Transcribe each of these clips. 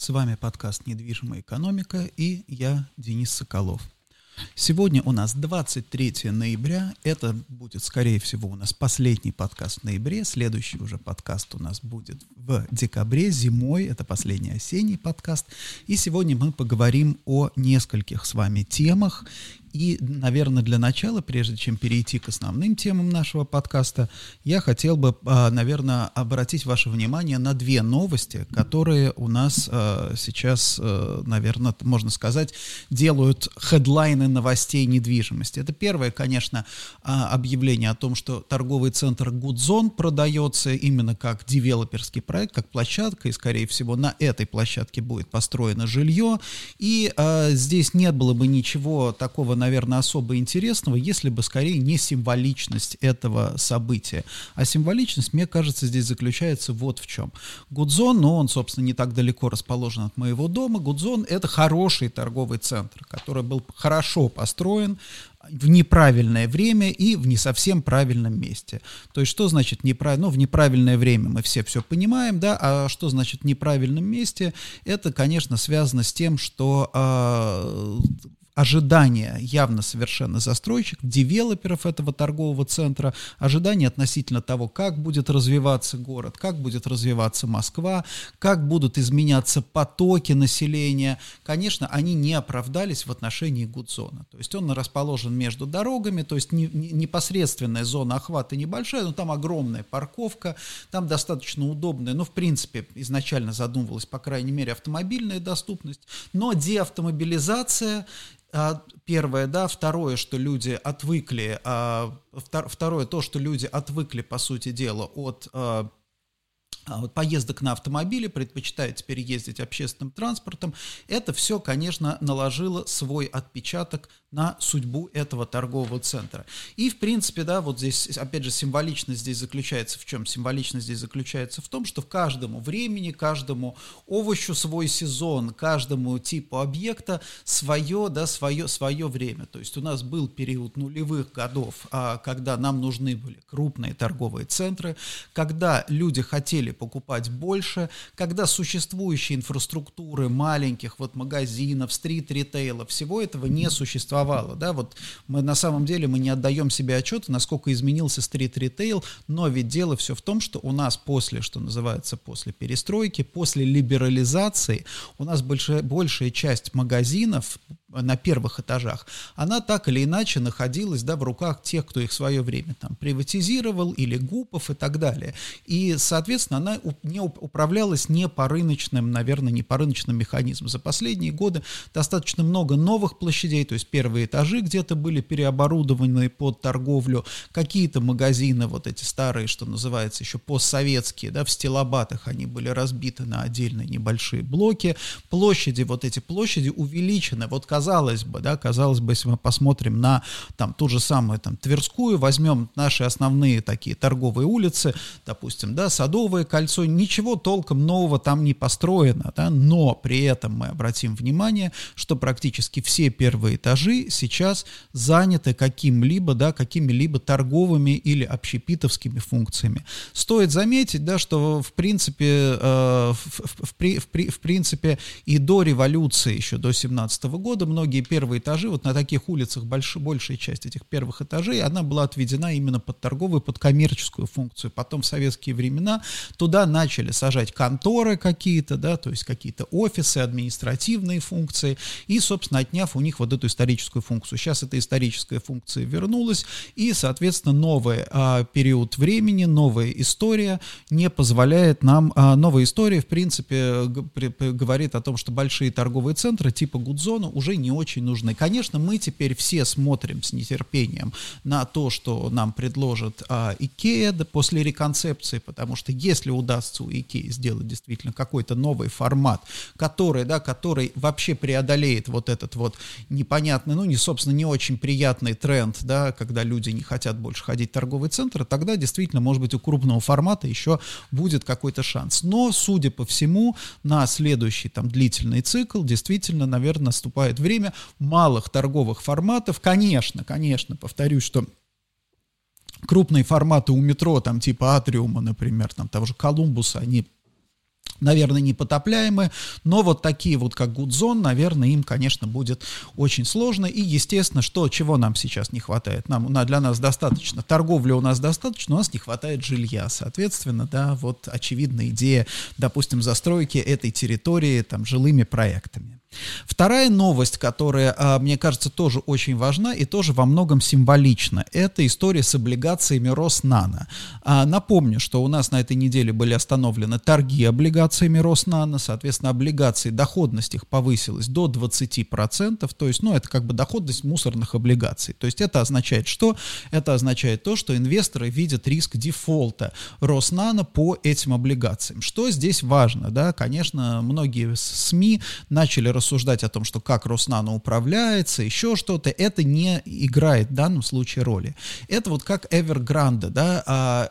С вами подкаст «Недвижимая экономика» и я, Денис Соколов. Сегодня у нас 23 ноября, это будет, скорее всего, у нас последний подкаст в ноябре, следующий уже подкаст у нас будет в декабре, зимой, это последний осенний подкаст, и сегодня мы поговорим о нескольких с вами темах. И, наверное, для начала, прежде чем перейти к основным темам нашего подкаста, я хотел бы, наверное, обратить ваше внимание на две новости, которые у нас сейчас, наверное, можно сказать, делают хедлайны новостей недвижимости. Это первое, конечно, объявление о том, что торговый центр Гудзон продается именно как девелоперский проект, как площадка, и, скорее всего, на этой площадке будет построено жилье. И здесь не было бы ничего такого, наверное, особо интересного, если бы скорее не символичность этого события. А символичность, мне кажется, здесь заключается вот в чем. Гудзон, он, собственно, не так далеко расположен от моего дома. Гудзон — это хороший торговый центр, который был хорошо построен в неправильное время и в не совсем правильном месте. То есть, что значит неправильно? В неправильное время мы все понимаем, да, а что значит в неправильном месте? Это, конечно, связано с тем, что ожидания явно совершенно застройщиков, девелоперов этого торгового центра, ожидания относительно того, как будет развиваться город, как будет развиваться Москва, как будут изменяться потоки населения, конечно, они не оправдались в отношении Гудзона. То есть он расположен между дорогами, то есть непосредственная зона охвата небольшая, но там огромная парковка, там достаточно удобная, в принципе, изначально задумывалась, по крайней мере, автомобильная доступность, но деавтомобилизация — первое, да, второе, что люди отвыкли, второе, то, что люди отвыкли, по сути дела, от поездок на автомобиле, предпочитают теперь ездить общественным транспортом, это все, конечно, наложило свой отпечаток на судьбу этого торгового центра. И, в принципе, да, вот здесь, опять же, символичность здесь заключается в чем? Символичность здесь заключается в том, что в каждому времени, каждому овощу свой сезон, каждому типу объекта свое время. То есть у нас был период нулевых годов, когда нам нужны были крупные торговые центры, когда люди хотели покупать больше, когда существующие инфраструктуры маленьких магазинов, стрит-ритейла, всего этого не существовало. Да? Вот мы на самом деле не отдаем себе отчета, насколько изменился стрит-ритейл, но ведь дело все в том, что у нас после перестройки, после либерализации, у нас большая часть магазинов на первых этажах, она так или иначе находилась, да, в руках тех, кто их в свое время там приватизировал, или ГУПов и так далее. И, соответственно, она не управлялась не по рыночным механизмам. За последние годы достаточно много новых площадей, то есть первые этажи где-то были переоборудованы под торговлю, какие-то магазины, вот эти старые, что называется, еще постсоветские, да, в стилобатах, они были разбиты на отдельные небольшие блоки, эти площади увеличены. Вот казалось бы, если мы посмотрим на ту же самую Тверскую, возьмем наши основные такие торговые улицы, допустим, да, Садовое кольцо, ничего толком нового там не построено, да, но при этом мы обратим внимание, что практически все первые этажи сейчас заняты какими-либо торговыми или общепитовскими функциями. Стоит заметить, да, что в принципе и до революции, еще до 17 года, многие первые этажи, вот на таких улицах большая часть этих первых этажей, она была отведена именно под торговую, под коммерческую функцию. Потом в советские времена туда начали сажать конторы какие-то, да, то есть какие-то офисы, административные функции, и, собственно, отняв у них вот эту историческую функцию. Сейчас эта историческая функция вернулась, и, соответственно, новый период времени, новая история не позволяет нам, новая история, в принципе, говорит о том, что большие торговые центры типа Гудзона уже не очень нужны. Конечно, мы теперь все смотрим с нетерпением на то, что нам предложит IKEA после реконцепции, потому что если удастся у IKEA сделать действительно какой-то новый формат, который вообще преодолеет вот этот вот непонятный, не очень приятный тренд, да, когда люди не хотят больше ходить в торговый центр, тогда действительно, может быть, у крупного формата еще будет какой-то шанс. Но, судя по всему, на следующий длительный цикл действительно, наверное, наступает время малых торговых форматов. Конечно, повторюсь, что крупные форматы у метро, типа Атриума, например, того же Колумбуса, они наверное, непотопляемые, но вот такие вот, как Гудзон, наверное, им, конечно, будет очень сложно, и, естественно, чего нам сейчас не хватает? Для нас достаточно, торговли у нас достаточно, у нас не хватает жилья, соответственно, да, вот очевидная идея, допустим, застройки этой территории там жилыми проектами. Вторая новость, которая, мне кажется, тоже очень важна и тоже во многом символична, это история с облигациями Роснано. Напомню, что у нас на этой неделе были остановлены торги облигациями Роснано, соответственно, облигации, доходность их повысилась до 20%, то есть, это как бы доходность мусорных облигаций. То есть это означает что? Это означает то, что инвесторы видят риск дефолта Роснано по этим облигациям. Что здесь важно? Да? Конечно, многие СМИ начали рассуждать о том, что как Роснано управляется, еще что-то, это не играет в данном случае роли. Это вот как Evergrande, да,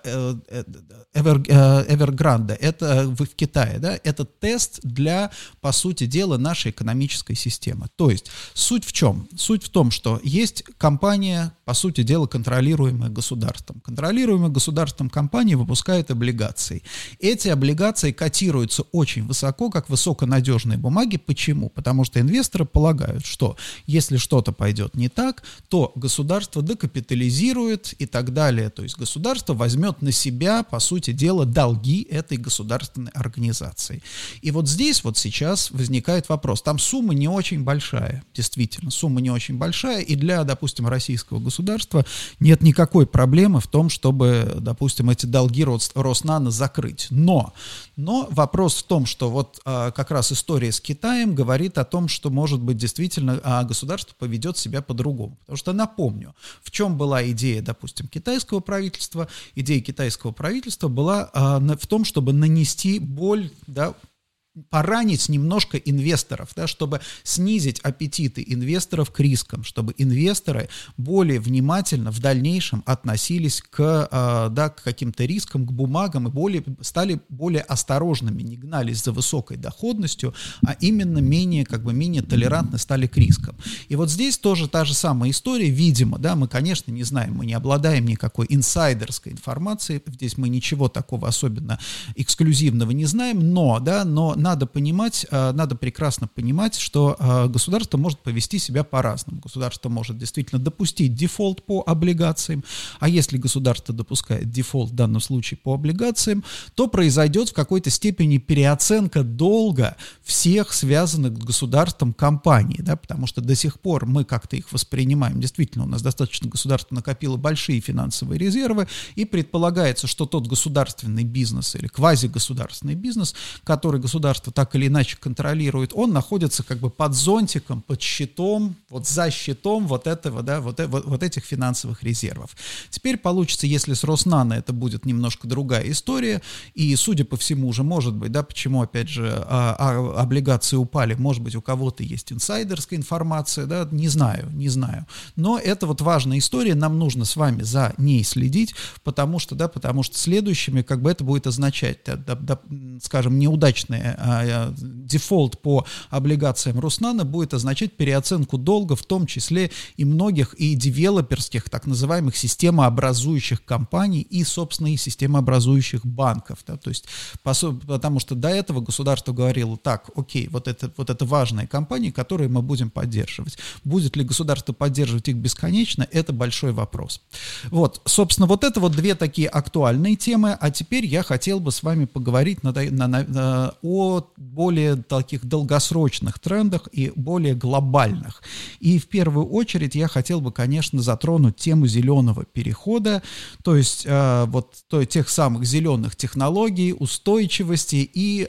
Evergrande, это в Китае, да, это тест для, по сути дела, нашей экономической системы. То есть суть в чем? Суть в том, что есть компания, по сути дела, контролируемая государством. Контролируемая государством компания выпускает облигации. Эти облигации котируются очень высоко, как высоконадежные бумаги. Почему? Потому что инвесторы полагают, что если что-то пойдет не так, то государство декапитализирует и так далее. То есть государство возьмет на себя, по сути дела, долги этой государственной организации. И вот здесь вот сейчас возникает вопрос. Там сумма не очень большая, действительно, сумма не очень большая, и для, допустим, российского государства нет никакой проблемы в том, чтобы, допустим, эти долги Роснано закрыть. Но вопрос в том, что вот как раз история с Китаем говорит о том, что, может быть, действительно государство поведет себя по-другому. Потому что, напомню, в чем была идея, допустим, китайского правительства? Идея китайского правительства была в том, чтобы нанести боль, да, поранить немножко инвесторов, да, чтобы снизить аппетиты инвесторов к рискам, чтобы инвесторы более внимательно в дальнейшем относились к каким-то рискам, к бумагам и стали более осторожными, не гнались за высокой доходностью, а именно менее толерантны стали к рискам. И вот здесь тоже та же самая история, видимо, да, мы, конечно, не знаем, мы не обладаем никакой инсайдерской информацией, здесь мы ничего такого особенно эксклюзивного не знаем, но надо прекрасно понимать, что государство может повести себя по-разному. Государство может действительно допустить дефолт по облигациям, а если государство допускает дефолт в данном случае по облигациям, то произойдет в какой-то степени переоценка долга всех связанных с государством компаний, да, потому что до сих пор мы как-то их воспринимаем. Действительно, у нас достаточно государство накопило большие финансовые резервы, и предполагается, что тот государственный бизнес или квазигосударственный бизнес, который государство так или иначе контролирует, он находится как бы под зонтиком, под щитом, вот за щитом вот этого, да, вот этих финансовых резервов. Теперь получится, если с Роснано это будет немножко другая история, и, судя по всему, уже может быть, да, почему, опять же, облигации упали, может быть, у кого-то есть инсайдерская информация, да, не знаю, но это вот важная история, нам нужно с вами за ней следить, потому что следующими, как бы, это будет означать, скажем, неудачные дефолт по облигациям Роснано будет означать переоценку долга, в том числе и многих и девелоперских, так называемых системообразующих компаний и, собственно, и системообразующих банков. Да, то есть, потому что до этого государство говорило: так, окей, вот это важные компании, которые мы будем поддерживать. Будет ли государство поддерживать их бесконечно, это большой вопрос. Вот, собственно, вот это вот две такие актуальные темы, а теперь я хотел бы с вами поговорить о более таких долгосрочных трендах и более глобальных. И в первую очередь я хотел бы, конечно, затронуть тему зеленого перехода, то есть тех самых зеленых технологий, устойчивости и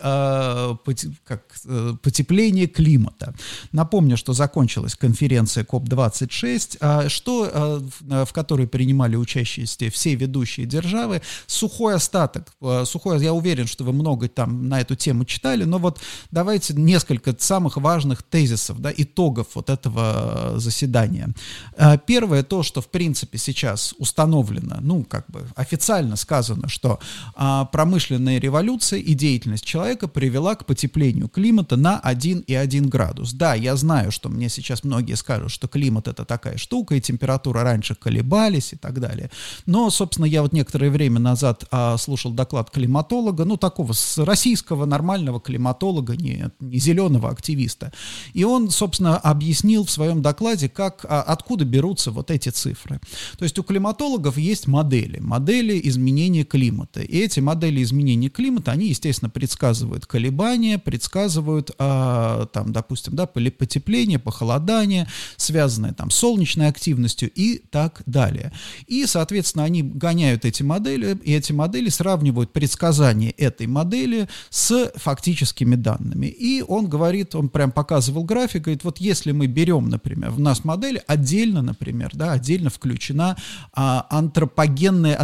потепления климата. Напомню, что закончилась конференция COP26, в которой принимали участие все ведущие державы. Сухой остаток, я уверен, что вы много там на эту тему читали, далее. Но вот давайте несколько самых важных тезисов, да, итогов вот этого заседания. Первое, то, что в принципе сейчас установлено, ну, как бы официально сказано, что промышленная революция и деятельность человека привела к потеплению климата на 1,1 градус. Да, я знаю, что мне сейчас многие скажут, что климат — это такая штука, и температура раньше колебались и так далее. Но, собственно, я вот некоторое время назад слушал доклад климатолога, ну, такого российского нормального климатолога, не зеленого активиста. И он, собственно, объяснил в своем докладе, откуда берутся вот эти цифры. То есть у климатологов есть модели изменения климата. И эти модели изменения климата, они, естественно, предсказывают колебания, предсказывают, там, допустим, да, потепление, похолодание, связанное там с солнечной активностью и так далее. И, соответственно, они гоняют эти модели, и эти модели сравнивают предсказания этой модели с фактическими данными. И он говорит, он прям показывал график, говорит, вот если мы берем, например, в нас модель отдельно, например, да, отдельно включено антропогенное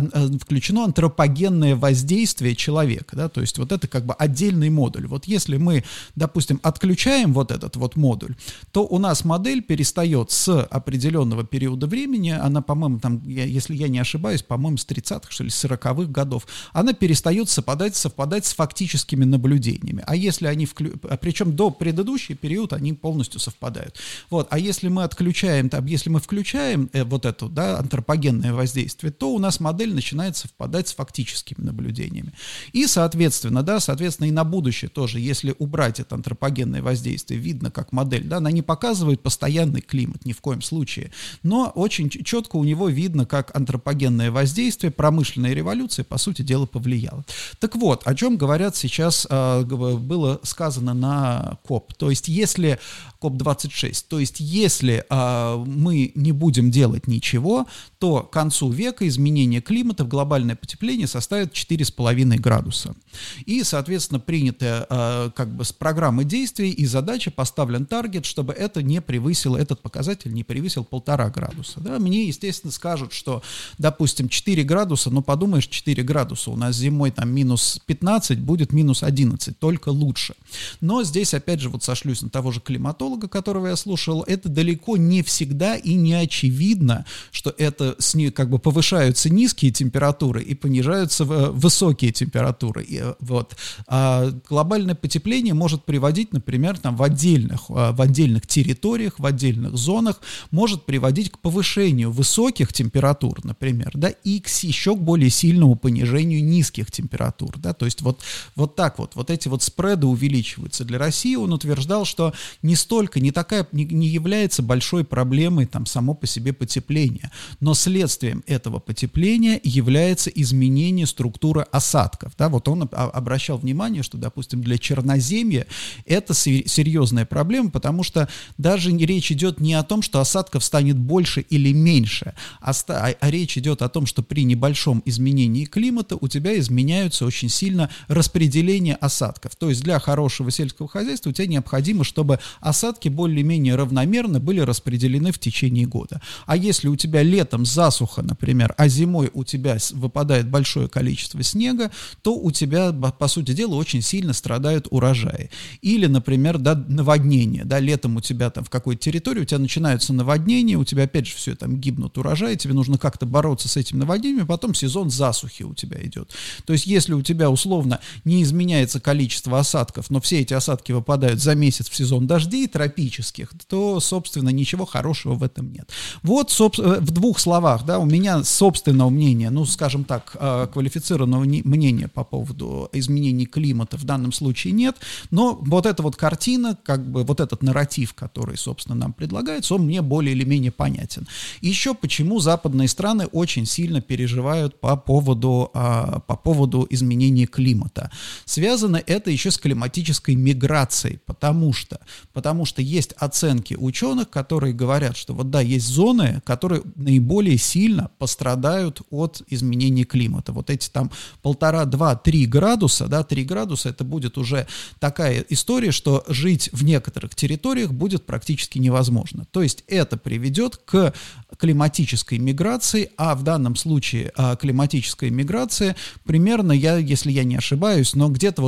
воздействие человека, да, то есть вот это как бы отдельный модуль. Вот если мы, допустим, отключаем вот этот вот модуль, то у нас модель перестает с определенного периода времени, она, по-моему, там, если я не ошибаюсь, по-моему, с 30-х, что ли, 40-х годов, она перестает совпадать с фактическими наблюдениями. А если они, причем до предыдущий период они полностью совпадают. Вот. А если мы отключаем, если мы включаем вот это, да, антропогенное воздействие, то у нас модель начинает совпадать с фактическими наблюдениями. И, соответственно, и на будущее тоже, если убрать это антропогенное воздействие, видно, как модель, да, она не показывает постоянный климат ни в коем случае, но очень четко у него видно, как антропогенное воздействие, промышленная революция, по сути дела, повлияла. Так вот, о чем говорят сейчас, было сказано на КОП, то есть если КОП-26, то есть если мы не будем делать ничего, то к концу века изменение климата в глобальное потепление составит 4,5 градуса. И, соответственно, принятая как бы с программы действий и задача, поставлен таргет, чтобы это не превысило, этот показатель не превысил 1,5 градуса. Да? Мне, естественно, скажут, что, допустим, 4 градуса, ну, подумаешь, 4 градуса, у нас зимой там минус 15, будет минус 11, только лучше. Но здесь, опять же, вот сошлюсь на того же климатолога, которого я слушал, это далеко не всегда и не очевидно, что это как бы повышаются низкие температуры и понижаются высокие температуры. И, вот. Глобальное потепление может приводить, например, там, в отдельных территориях, в отдельных зонах, может приводить к повышению высоких температур, например, да, и к еще более сильному понижению низких температур. Да, то есть вот так вот эти вот спреды увеличиваются. Для России он утверждал, что не является большой проблемой там само по себе потепление, но следствием этого потепления является изменение структуры осадков. Да, вот он обращал внимание, что, допустим, для Черноземья это серьезная проблема, потому что даже речь идет не о том, что осадков станет больше или меньше, а речь идет о том, что при небольшом изменении климата у тебя изменяются очень сильно распределение осадков. То есть для хорошего сельского хозяйства у тебя необходимо, чтобы осадки более-менее равномерно были распределены в течение года. А если у тебя летом засуха, например, а зимой у тебя выпадает большое количество снега, то у тебя, по сути дела, очень сильно страдают урожаи. Или, например, да, наводнение. Да, летом у тебя там в какой-то территории у тебя начинаются наводнения, у тебя опять же все там гибнут урожаи, тебе нужно как-то бороться с этим наводнением, потом сезон засухи у тебя идет. То есть если у тебя условно не изменяется количество осадков, но все эти осадки выпадают за месяц в сезон дождей тропических, то, собственно, ничего хорошего в этом нет. Вот, в двух словах, да, у меня собственного мнения, ну, скажем так, квалифицированного мнения по поводу изменений климата в данном случае нет, но вот эта вот картина, как бы вот этот нарратив, который, собственно, нам предлагается, он мне более или менее понятен. Еще почему западные страны очень сильно переживают по поводу изменения климата. Связано это еще с климатической миграцией, потому что есть оценки ученых, которые говорят, что вот да, есть зоны, которые наиболее сильно пострадают от изменения климата. Вот эти там 1,5, 2, 3 градуса, да, 3 градуса, это будет уже такая история, что жить в некоторых территориях будет практически невозможно. То есть это приведет к климатической миграции, а в данном случае климатическая миграция примерно, если я не ошибаюсь, но где-то вот порядок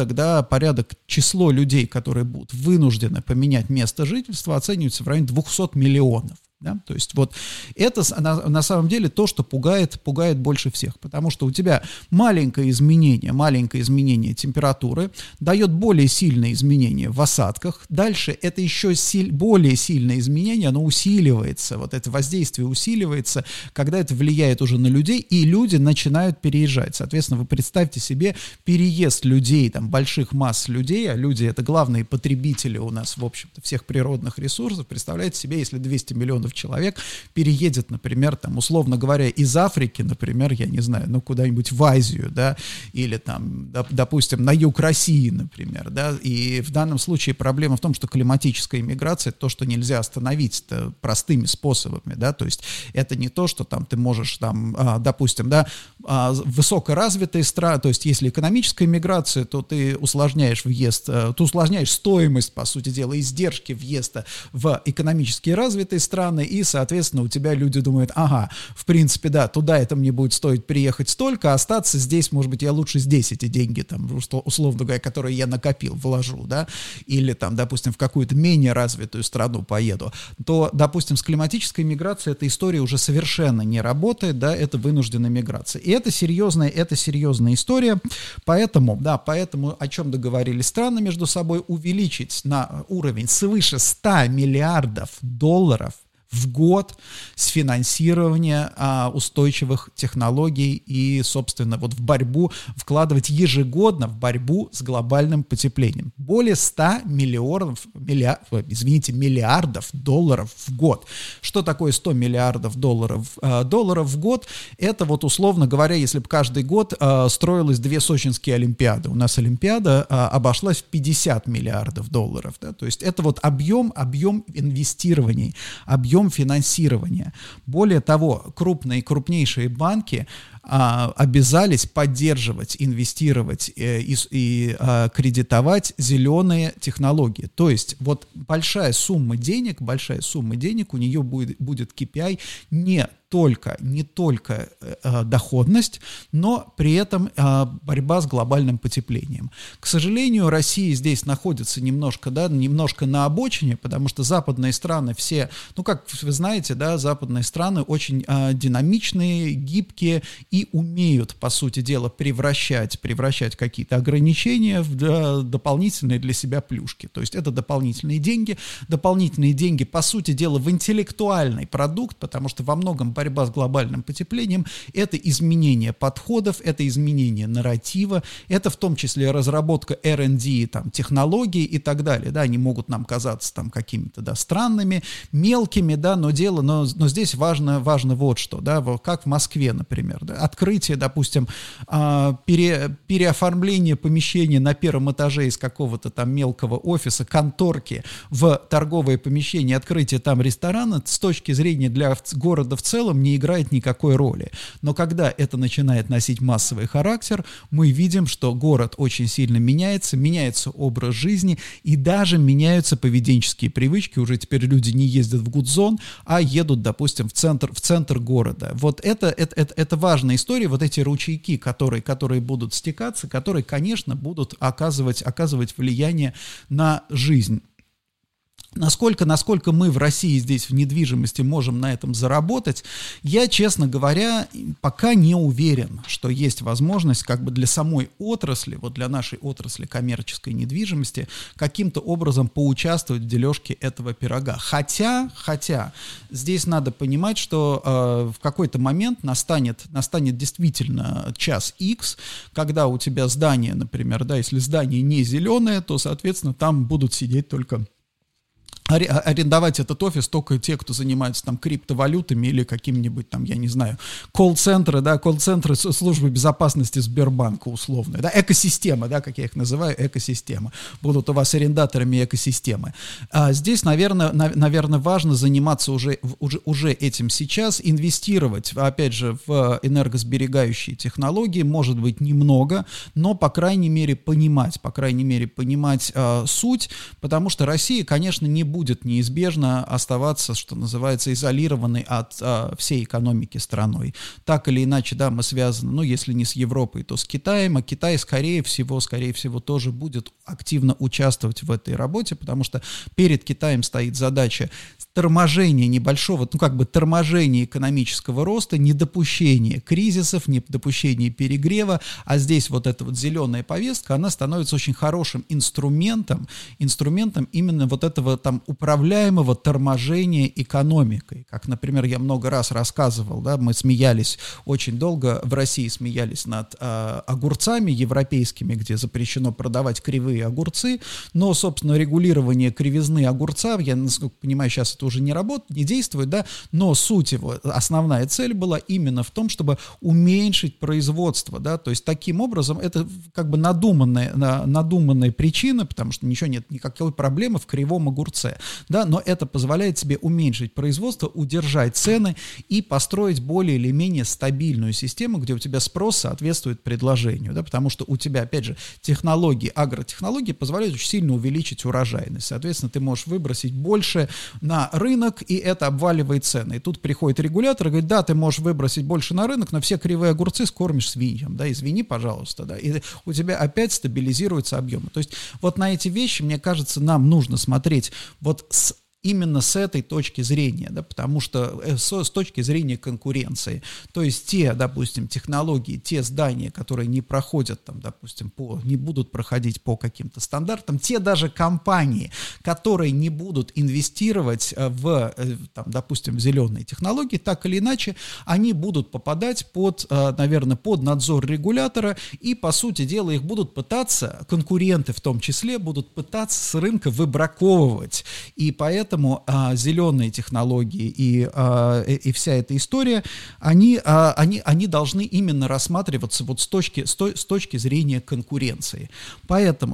число людей, которые будут вынуждены поменять место жительства, оценивается в районе 200 миллионов. Да? То есть вот это на самом деле то, что пугает больше всех, потому что у тебя маленькое изменение температуры дает более сильное изменение в осадках, дальше это еще более сильное изменение, оно усиливается, вот это воздействие усиливается, когда это влияет уже на людей, и люди начинают переезжать. Соответственно, вы представьте себе переезд людей, там, больших масс людей, а люди — это главные потребители у нас, в общем-то, всех природных ресурсов. Представляете себе, если 200 миллионов человек переедет, например, там, условно говоря, из Африки, например, я не знаю, ну, куда-нибудь в Азию, да, или там, допустим, на юг России, например, да, и в данном случае проблема в том, что климатическая иммиграция — то, что нельзя остановить простыми способами, да, то есть это не то, что там ты можешь, там, допустим, да, высокоразвитые страны, то есть если экономическая иммиграция, то ты усложняешь въезд, ты усложняешь стоимость, по сути дела, издержки въезда в экономически развитые страны, и, соответственно, у тебя люди думают, ага, в принципе, да, туда это мне будет стоить приехать столько, а остаться здесь, может быть, я лучше здесь эти деньги, там, условно говоря, которые я накопил, вложу, да, или там, допустим, в какую-то менее развитую страну поеду, то, допустим, с климатической миграцией эта история уже совершенно не работает, да, это вынужденная миграция. И это серьезная история, поэтому, о чем договорились страны между собой, увеличить на уровень свыше 100 миллиардов долларов в год с финансирования устойчивых технологий и, собственно, вот вкладывать ежегодно в борьбу с глобальным потеплением. Более 100 миллиардов долларов в год. Что такое 100 миллиардов долларов в год? Это вот, условно говоря, если бы каждый год строилось 2 сочинские олимпиады. У нас олимпиада обошлась в 50 миллиардов долларов. Да? То есть это вот объем инвестирований, объем финансирования. Более того, крупнейшие банки обязались поддерживать, инвестировать и кредитовать зеленые технологии. То есть вот большая сумма денег у нее будет KPI не только доходность, но при этом борьба с глобальным потеплением. К сожалению, Россия здесь находится немножко на обочине, потому что западные страны все, ну, как вы знаете, да, западные страны очень динамичные, гибкие и умеют, по сути дела, превращать какие-то ограничения в дополнительные для себя плюшки. То есть это дополнительные деньги, по сути дела, в интеллектуальный продукт, потому что во многом борьба с глобальным потеплением — это изменение подходов, это изменение нарратива, это в том числе разработка R&D, там, технологий и так далее. Да, они могут нам казаться там какими-то, да, странными, мелкими, да, но здесь важно вот что, да, как в Москве, например, да, открытие, допустим, переоформление помещения на первом этаже из какого-то там мелкого офиса, конторки в торговое помещение, открытие там ресторана с точки зрения для города в целом не играет никакой роли. Но когда это начинает носить массовый характер, мы видим, что город очень сильно меняется образ жизни и даже меняются поведенческие привычки. Уже теперь люди не ездят в гудзон, а едут, допустим, в центр города. Вот это важная история, вот эти ручейки, которые будут стекаться, которые, конечно, будут оказывать влияние на жизнь. Насколько мы в России здесь в недвижимости можем на этом заработать, я, честно говоря, пока не уверен, что есть возможность как бы для самой отрасли, вот для нашей отрасли коммерческой недвижимости, каким-то образом поучаствовать в дележке этого пирога. Хотя здесь надо понимать, что в какой-то момент настанет действительно час X, когда у тебя здание, например, да, если здание не зеленое, то, соответственно, там будут сидеть только арендовать этот офис только те, кто занимается там криптовалютами или каким-нибудь там, я не знаю, колл-центры службы безопасности Сбербанка условно, да, экосистема, да, как я их называю, экосистема, будут у вас арендаторами экосистемы. Здесь, наверное, важно заниматься уже этим сейчас, инвестировать, опять же, в энергосберегающие технологии, может быть, немного, но, по крайней мере, понимать суть, потому что Россия, конечно, не будет будет неизбежно оставаться, что называется, изолированной от всей экономики страной. Так или иначе, да, мы связаны, ну, если не с Европой, то с Китаем, а Китай, скорее всего, тоже будет активно участвовать в этой работе, потому что перед Китаем стоит задача торможения небольшого, ну, как бы торможения экономического роста, недопущения кризисов, недопущения перегрева, а здесь вот эта вот зеленая повестка, она становится очень хорошим инструментом именно вот этого там управляемого торможения экономикой. Как, например, я много раз рассказывал, да, мы смеялись очень долго, в России смеялись над огурцами европейскими, где запрещено продавать кривые огурцы, но, собственно, регулирование кривизны огурца, я, насколько понимаю, сейчас это уже не работает, не действует, да, но суть его, основная цель была именно в том, чтобы уменьшить производство, да, то есть таким образом это как бы надуманная причина, потому что ничего нет, никакой проблемы в кривом огурце, да, но это позволяет себе уменьшить производство, удержать цены и построить более или менее стабильную систему, где у тебя спрос соответствует предложению, да, потому что у тебя, опять же, агротехнологии позволяют очень сильно увеличить урожайность, соответственно, ты можешь выбросить больше на рынок, и это обваливает цены. И тут приходит регулятор и говорит, да, ты можешь выбросить больше на рынок, но все кривые огурцы скормишь свиньям, да, извини, пожалуйста, да, и у тебя опять стабилизируются объемы. То есть вот на эти вещи, мне кажется, нам нужно смотреть вот именно с этой точки зрения, да, потому что с точки зрения конкуренции, то есть те, допустим, технологии, те здания, которые не проходят, там, допустим, не будут проходить по каким-то стандартам, те даже компании, которые не будут инвестировать допустим, в зеленые технологии, так или иначе, они будут попадать наверное, под надзор регулятора, и, по сути дела, их будут пытаться, конкуренты в том числе, будут пытаться с рынка выбраковывать, и поэтому зеленые технологии и вся эта история, они должны именно рассматриваться вот с точки зрения конкуренции. Поэтому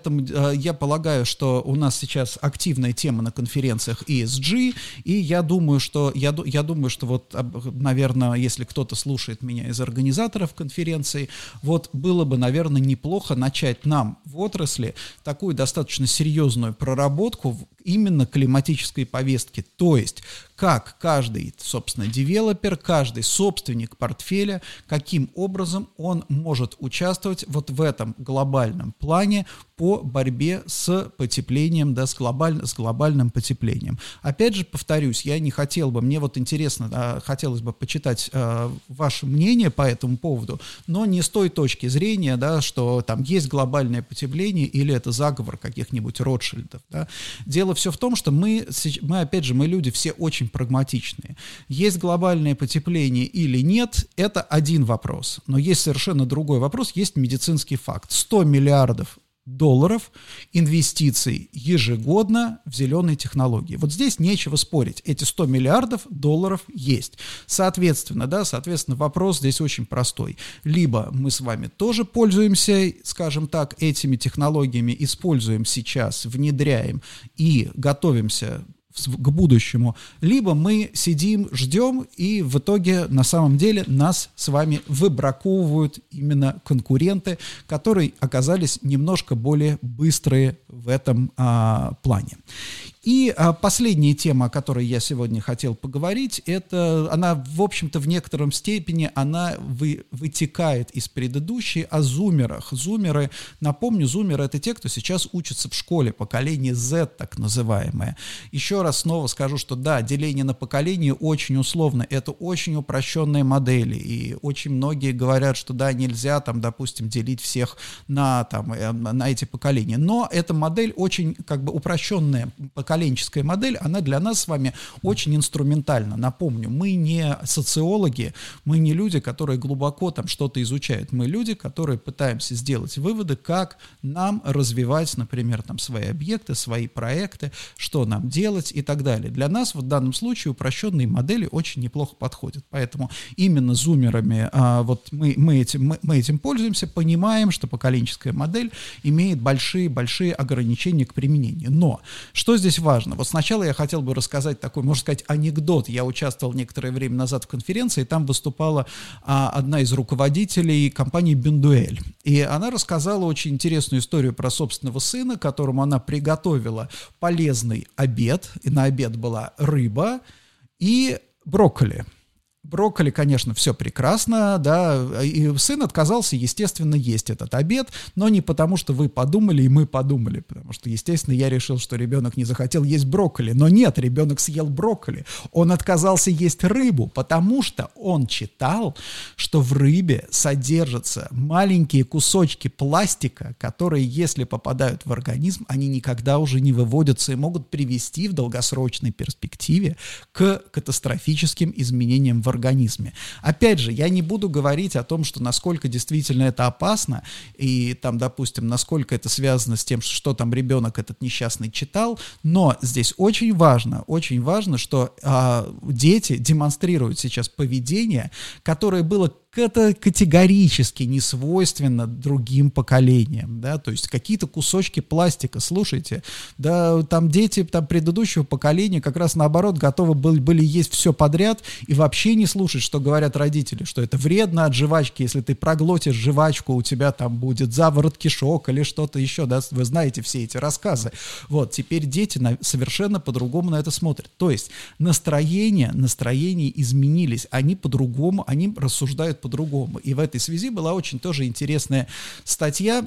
я полагаю, что у нас сейчас активная тема на конференциях ESG, и я думаю, что вот, наверное, если кто-то слушает меня из организаторов конференции, вот было бы, наверное, неплохо начать нам в отрасли такую достаточно серьезную проработку именно климатической повестки, то есть как каждый, собственно, девелопер, каждый собственник портфеля, каким образом он может участвовать вот в этом глобальном плане по борьбе с потеплением, да, с глобальным потеплением. Опять же, повторюсь, мне вот интересно, хотелось бы почитать ваше мнение по этому поводу, но не с той точки зрения, да, что там есть глобальное потепление или это заговор каких-нибудь Ротшильдов. Да. Дело все в том, что мы люди все очень прагматичные. Есть глобальное потепление или нет, это один вопрос. Но есть совершенно другой вопрос, есть медицинский факт. 100 миллиардов долларов инвестиций ежегодно в зеленые технологии. Вот здесь нечего спорить. Эти 100 миллиардов долларов есть. Соответственно, вопрос здесь очень простой. Либо мы с вами тоже пользуемся, скажем так, этими технологиями, используем сейчас, внедряем и готовимся к будущему, либо мы сидим, ждем, и в итоге на самом деле нас с вами выбраковывают именно конкуренты, которые оказались немножко более быстрые в этом плане. И последняя тема, о которой я сегодня хотел поговорить, она, в общем-то, в некотором степени, она вытекает из предыдущей о зумерах. Зумеры, напомню, зумеры — это те, кто сейчас учится в школе, поколение Z, так называемое. Еще раз снова скажу, что да, деление на поколение очень условно, это очень упрощенные модели, и очень многие говорят, что да, нельзя, там, допустим, делить всех на эти поколения, но эта модель очень, как бы, упрощенная, поколенческая модель, она для нас с вами очень инструментальна. Напомню, мы не социологи, мы не люди, которые глубоко там что-то изучают. Мы люди, которые пытаемся сделать выводы, как нам развивать, например, там свои объекты, свои проекты, что нам делать и так далее. Для нас в данном случае упрощенные модели очень неплохо подходят. Поэтому именно зумерами вот мы этим пользуемся, понимаем, что поколенческая модель имеет большие ограничения к применению. Но что здесь важно. Вот сначала я хотел бы рассказать такой, можно сказать, анекдот. Я участвовал некоторое время назад в конференции, и там выступала одна из руководителей компании «Бендуэль». И она рассказала очень интересную историю про собственного сына, которому она приготовила полезный обед. И на обед была рыба и брокколи. Брокколи, конечно, все прекрасно, да, и сын отказался, естественно, есть этот обед, но не потому, что вы подумали и мы подумали, потому что, естественно, я решил, что ребенок не захотел есть брокколи, но нет, ребенок съел брокколи, он отказался есть рыбу, потому что он читал, что в рыбе содержатся маленькие кусочки пластика, которые, если попадают в организм, они никогда уже не выводятся и могут привести в долгосрочной перспективе к катастрофическим изменениям в организме. Опять же, я не буду говорить о том, что насколько действительно это опасно, и там, допустим, насколько это связано с тем, что там ребенок этот несчастный читал, но здесь очень важно, что дети демонстрируют сейчас поведение, которое было категорически не свойственно другим поколениям, да, то есть какие-то кусочки пластика, слушайте, да, там дети там предыдущего поколения как раз наоборот готовы были есть все подряд и вообще не слушать, что говорят родители, что это вредно от жвачки, если ты проглотишь жвачку, у тебя там будет заворот кишок или что-то еще, да, вы знаете все эти рассказы. Вот, теперь дети совершенно по-другому на это смотрят, то есть настроения изменились, они по-другому, они рассуждают по-другому. И в этой связи была очень тоже интересная статья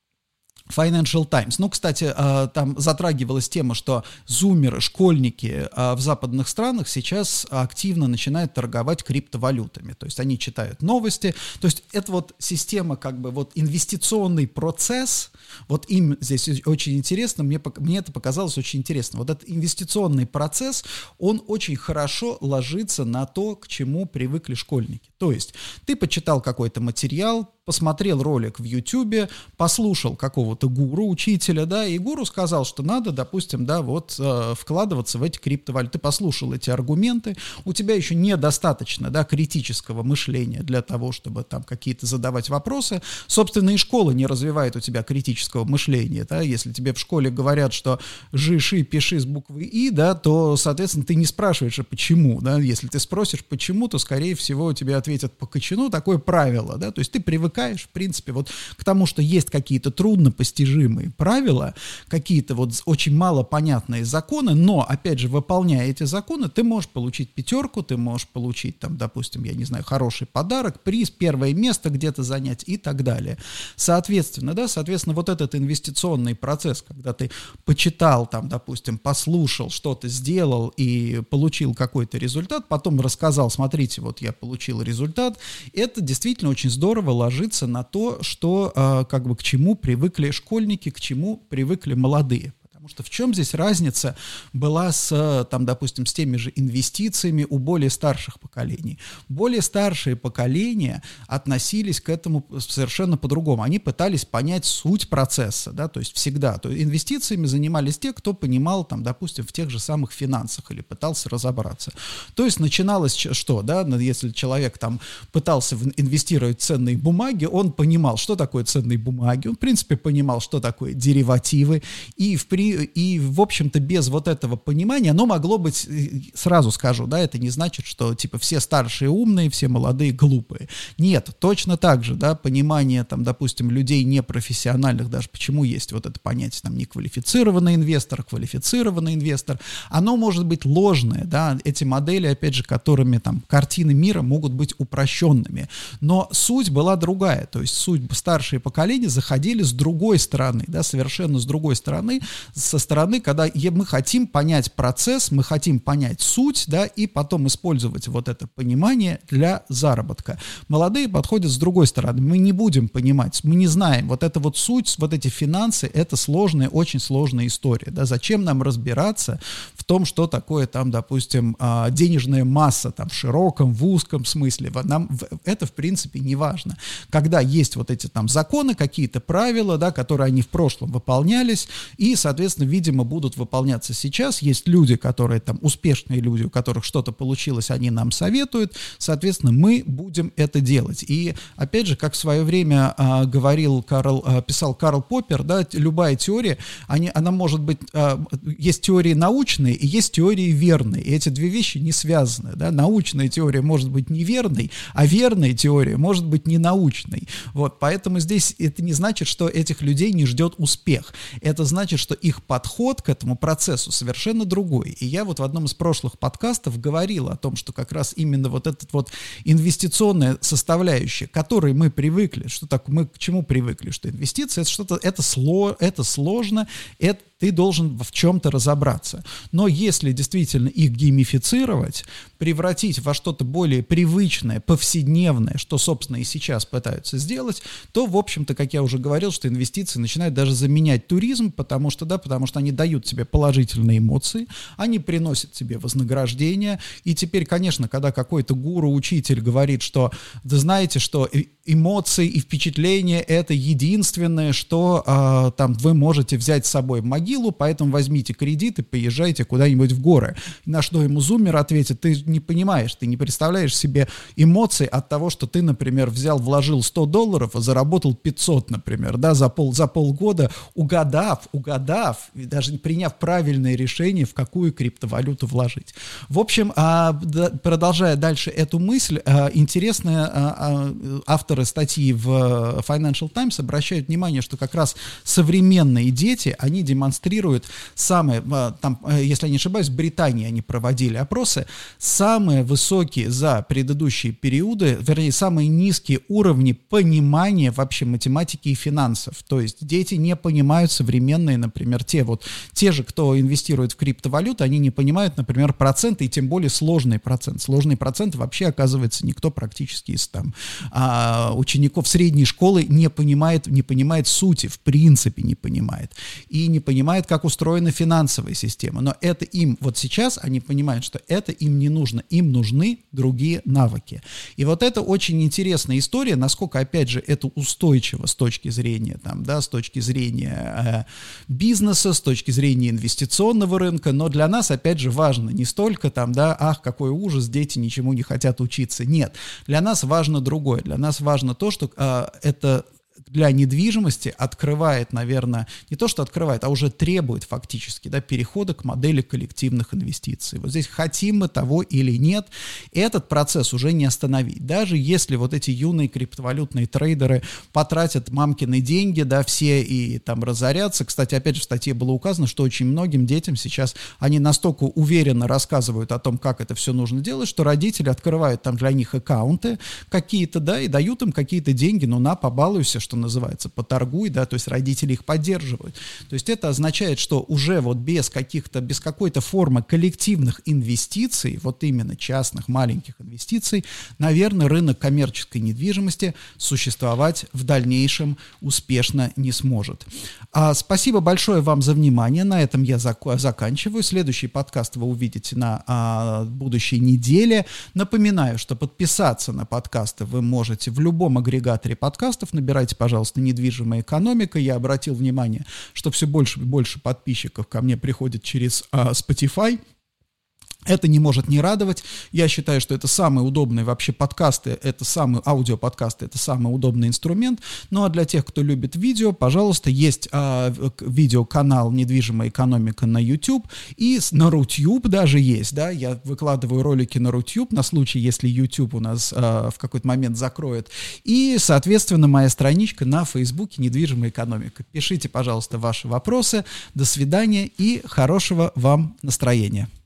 Financial Times. Ну, кстати, там затрагивалась тема, что зумеры, школьники в западных странах сейчас активно начинают торговать криптовалютами. То есть они читают новости. То есть это вот система, как бы вот инвестиционный процесс, вот им здесь очень интересно, мне это показалось очень интересно. Вот этот инвестиционный процесс, он очень хорошо ложится на то, к чему привыкли школьники. То есть ты почитал какой-то материал, посмотрел ролик в Ютубе, послушал какого-то гуру, учителя, да, и гуру сказал, что надо, допустим, да, вот вкладываться в эти криптовалюты. Ты послушал эти аргументы, у тебя еще недостаточно, да, критического мышления для того, чтобы там какие-то задавать вопросы. Собственно, и школа не развивает у тебя критического мышления, да, если тебе в школе говорят, что жи, пиши с буквы И, да, то, соответственно, ты не спрашиваешь, а почему, да, если ты спросишь почему, то, скорее всего, тебе ответят по кочану, такое правило, да, то есть ты привыкаешь, в принципе, вот к тому, что есть какие-то труднопостижимые правила, какие-то вот очень малопонятные законы, но, опять же, выполняя эти законы, ты можешь получить 5, ты можешь получить, там, допустим, я не знаю, хороший подарок, приз, первое место где-то занять и так далее. Соответственно, вот этот инвестиционный процесс, когда ты почитал, там, допустим, послушал, что-то сделал и получил какой-то результат, потом рассказал, смотрите, вот я получил результат, это действительно очень здорово ложится на то, что как бы к чему привыкли школьники, к чему привыкли молодые. Потому что в чем здесь разница была с, там, допустим, с теми же инвестициями у более старших поколений? Более старшие поколения относились к этому совершенно по-другому. Они пытались понять суть процесса, да, то есть всегда. То есть инвестициями занимались те, кто понимал, там, допустим, в тех же самых финансах или пытался разобраться. То есть начиналось что, да, если человек там пытался инвестировать в ценные бумаги, он понимал, что такое ценные бумаги, он, в принципе, понимал, что такое деривативы, и, в общем-то, без вот этого понимания, оно могло быть, сразу скажу, да, это не значит, что, типа, все старшие умные, все молодые глупые. Нет, точно так же, да, понимание, там, допустим, людей непрофессиональных, даже почему есть вот это понятие, там, неквалифицированный инвестор, квалифицированный инвестор, оно может быть ложное, да, эти модели, опять же, которыми, там, картины мира могут быть упрощенными, но суть была другая, то есть суть старшие поколения заходили с другой стороны, да, совершенно с другой стороны, со стороны, когда мы хотим понять процесс, мы хотим понять суть, да, и потом использовать вот это понимание для заработка. Молодые подходят с другой стороны. Мы не будем понимать, мы не знаем. Вот эта вот суть, вот эти финансы, это сложная, очень сложная история. Да. Зачем нам разбираться в том, что такое там, допустим, денежная масса там, в широком, в узком смысле? Нам это, в принципе, не важно. Когда есть вот эти там законы, какие-то правила, да, которые они в прошлом выполнялись, и, соответственно, соответственно, видимо, будут выполняться сейчас. Есть люди, которые там, успешные люди, у которых что-то получилось, они нам советуют, соответственно, мы будем это делать. И, опять же, как в свое время писал Карл Поппер, да, любая теория, она может быть, есть теории научные и есть теории верные, и эти две вещи не связаны, да, научная теория может быть неверной, а верная теория может быть ненаучной, вот, поэтому здесь это не значит, что этих людей не ждет успех, это значит, что их подход к этому процессу совершенно другой, и я вот в одном из прошлых подкастов говорил о том, что как раз именно вот эта вот инвестиционная составляющая, к которой мы привыкли, мы к чему привыкли, что инвестиции это что-то, это сложно, ты должен в чем-то разобраться. Но если действительно их геймифицировать, превратить во что-то более привычное, повседневное, что, собственно, и сейчас пытаются сделать, то, в общем-то, как я уже говорил, что инвестиции начинают даже заменять туризм, потому что они дают тебе положительные эмоции, они приносят тебе вознаграждение, и теперь, конечно, когда какой-то гуру-учитель говорит, что, вы знаете, что эмоции и впечатления — это единственное, что там вы можете взять с собой в могилу, поэтому возьмите кредит и поезжайте куда-нибудь в горы. На что ему зумер ответит: ты не понимаешь, ты не представляешь себе эмоций от того, что ты, например, вложил $100, а заработал 500, например, да, за полгода, угадав, даже приняв правильное решение, в какую криптовалюту вложить. В общем, продолжая дальше эту мысль, интересная авторы статьи в Financial Times обращают внимание, что как раз современные дети, они демонстрируют если я не ошибаюсь, в Британии они проводили опросы, самые высокие за предыдущие периоды, вернее, самые низкие уровни понимания вообще математики и финансов. То есть дети не понимают современные, например, те же, кто инвестирует в криптовалюту, они не понимают, например, проценты, и тем более сложный процент. Сложный процент вообще, оказывается, никто практически из учеников средней школы не понимает сути, в принципе не понимает. И не понимает, как устроена финансовая система. Но это им, вот сейчас они понимают, что это им не нужно. Им нужны другие навыки. И вот это очень интересная история, насколько, опять же, это устойчиво с точки зрения, с точки зрения бизнеса, с точки зрения инвестиционного рынка. Но для нас, опять же, важно не столько какой ужас, дети ничему не хотят учиться. Нет. Для нас важно другое. Для нас важно то, что это для недвижимости открывает, наверное, не то, что открывает, а уже требует фактически перехода к модели коллективных инвестиций. Вот здесь хотим мы того или нет, этот процесс уже не остановить. Даже если вот эти юные криптовалютные трейдеры потратят мамкины деньги, все и разорятся. Кстати, опять же, в статье было указано, что очень многим детям сейчас они настолько уверенно рассказывают о том, как это все нужно делать, что родители открывают для них аккаунты какие-то, и дают им какие-то деньги, побалуйся, что называется, поторгуй, то есть родители их поддерживают. То есть это означает, что уже без какой-то формы коллективных инвестиций, вот именно частных маленьких инвестиций, наверное, рынок коммерческой недвижимости существовать в дальнейшем успешно не сможет. Спасибо большое вам за внимание. На этом я заканчиваю. Следующий подкаст вы увидите на будущей неделе. Напоминаю, что подписаться на подкасты вы можете в любом агрегаторе подкастов. Набирайте, пожалуйста, «Недвижимая экономика». Я обратил внимание, что все больше и больше подписчиков ко мне приходят через Spotify. Это не может не радовать. Я считаю, что это самые удобные вообще подкасты, аудиоподкасты, это самый удобный инструмент. Ну а для тех, кто любит видео, пожалуйста, есть видеоканал «Недвижимая экономика» на YouTube, и на Рутюб даже есть, я выкладываю ролики на Рутюб на случай, если YouTube у нас в какой-то момент закроет. И, соответственно, моя страничка на Фейсбуке «Недвижимая экономика». Пишите, пожалуйста, ваши вопросы. До свидания и хорошего вам настроения.